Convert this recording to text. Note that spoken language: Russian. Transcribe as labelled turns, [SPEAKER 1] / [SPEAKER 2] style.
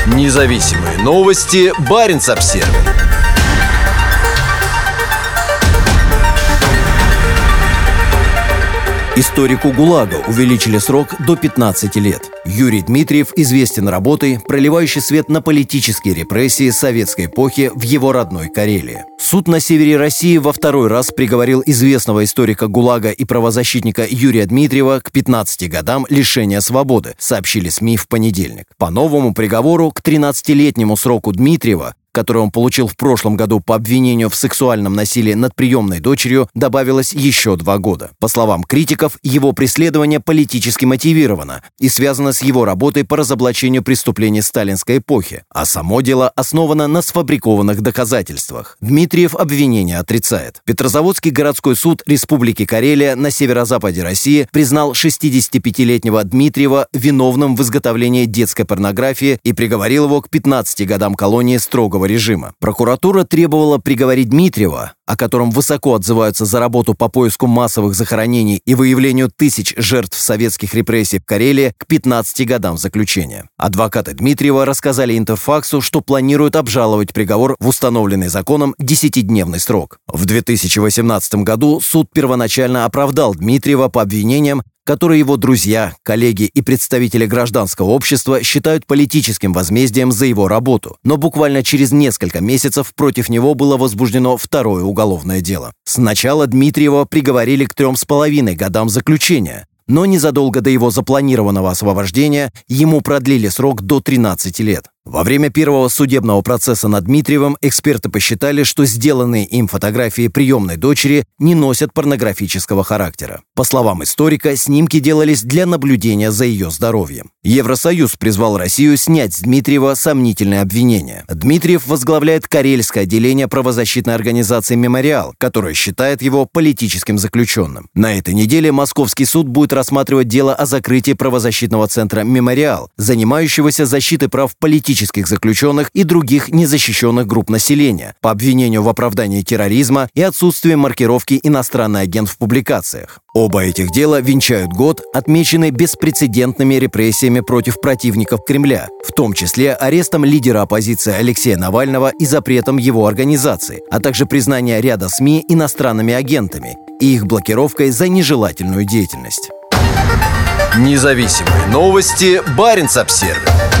[SPEAKER 1] Независимые новости. Баренц-Обсервис. Историку ГУЛАГа увеличили срок до 15 лет. Юрий Дмитриев известен работой, проливающей свет на политические репрессии советской эпохи в его родной Карелии. Суд на севере России во второй раз приговорил известного историка ГУЛАГа и правозащитника Юрия Дмитриева к 15 годам лишения свободы, сообщили СМИ в понедельник. По новому приговору к 13-летнему сроку Дмитриева, который он получил в прошлом году по обвинению в сексуальном насилии над приемной дочерью, добавилось еще 2 года. По словам критиков, его преследование политически мотивировано и связано с его работой по разоблачению преступлений сталинской эпохи, а само дело основано на сфабрикованных доказательствах. Дмитриев обвинение отрицает. Петрозаводский городской суд Республики Карелия на северо-западе России признал 65-летнего Дмитриева виновным в изготовлении детской порнографии и приговорил его к 15 годам колонии строгого режима. Прокуратура требовала приговорить Дмитриева, о котором высоко отзываются за работу по поиску массовых захоронений и выявлению тысяч жертв советских репрессий в Карелии, к 15 годам заключения. Адвокаты Дмитриева рассказали Интерфаксу, что планируют обжаловать приговор в установленный законом 10-дневный срок. В 2018 году суд первоначально оправдал Дмитриева по обвинениям, которые его друзья, коллеги и представители гражданского общества считают политическим возмездием за его работу. Но буквально через несколько месяцев против него было возбуждено второе уголовное дело. Сначала Дмитриева приговорили к 3,5 годам заключения, но незадолго до его запланированного освобождения ему продлили срок до 13 лет. Во время первого судебного процесса над Дмитриевым эксперты посчитали, что сделанные им фотографии приемной дочери не носят порнографического характера. По словам историка, снимки делались для наблюдения за ее здоровьем. Евросоюз призвал Россию снять с Дмитриева сомнительные обвинения. Дмитриев возглавляет карельское отделение правозащитной организации «Мемориал», которая считает его политическим заключенным. На этой неделе Московский суд будет рассматривать дело о закрытии правозащитного центра «Мемориал», занимающегося защитой прав политических заключенных и других незащищенных групп населения по обвинению в оправдании терроризма и отсутствии маркировки «иностранный агент» в публикациях. Оба этих дела венчают год, отмеченный беспрецедентными репрессиями против противников Кремля, в том числе арестом лидера оппозиции Алексея Навального и запретом его организации, а также признание ряда СМИ иностранными агентами и их блокировкой за нежелательную деятельность. Независимые новости. Баренц-Обсервис.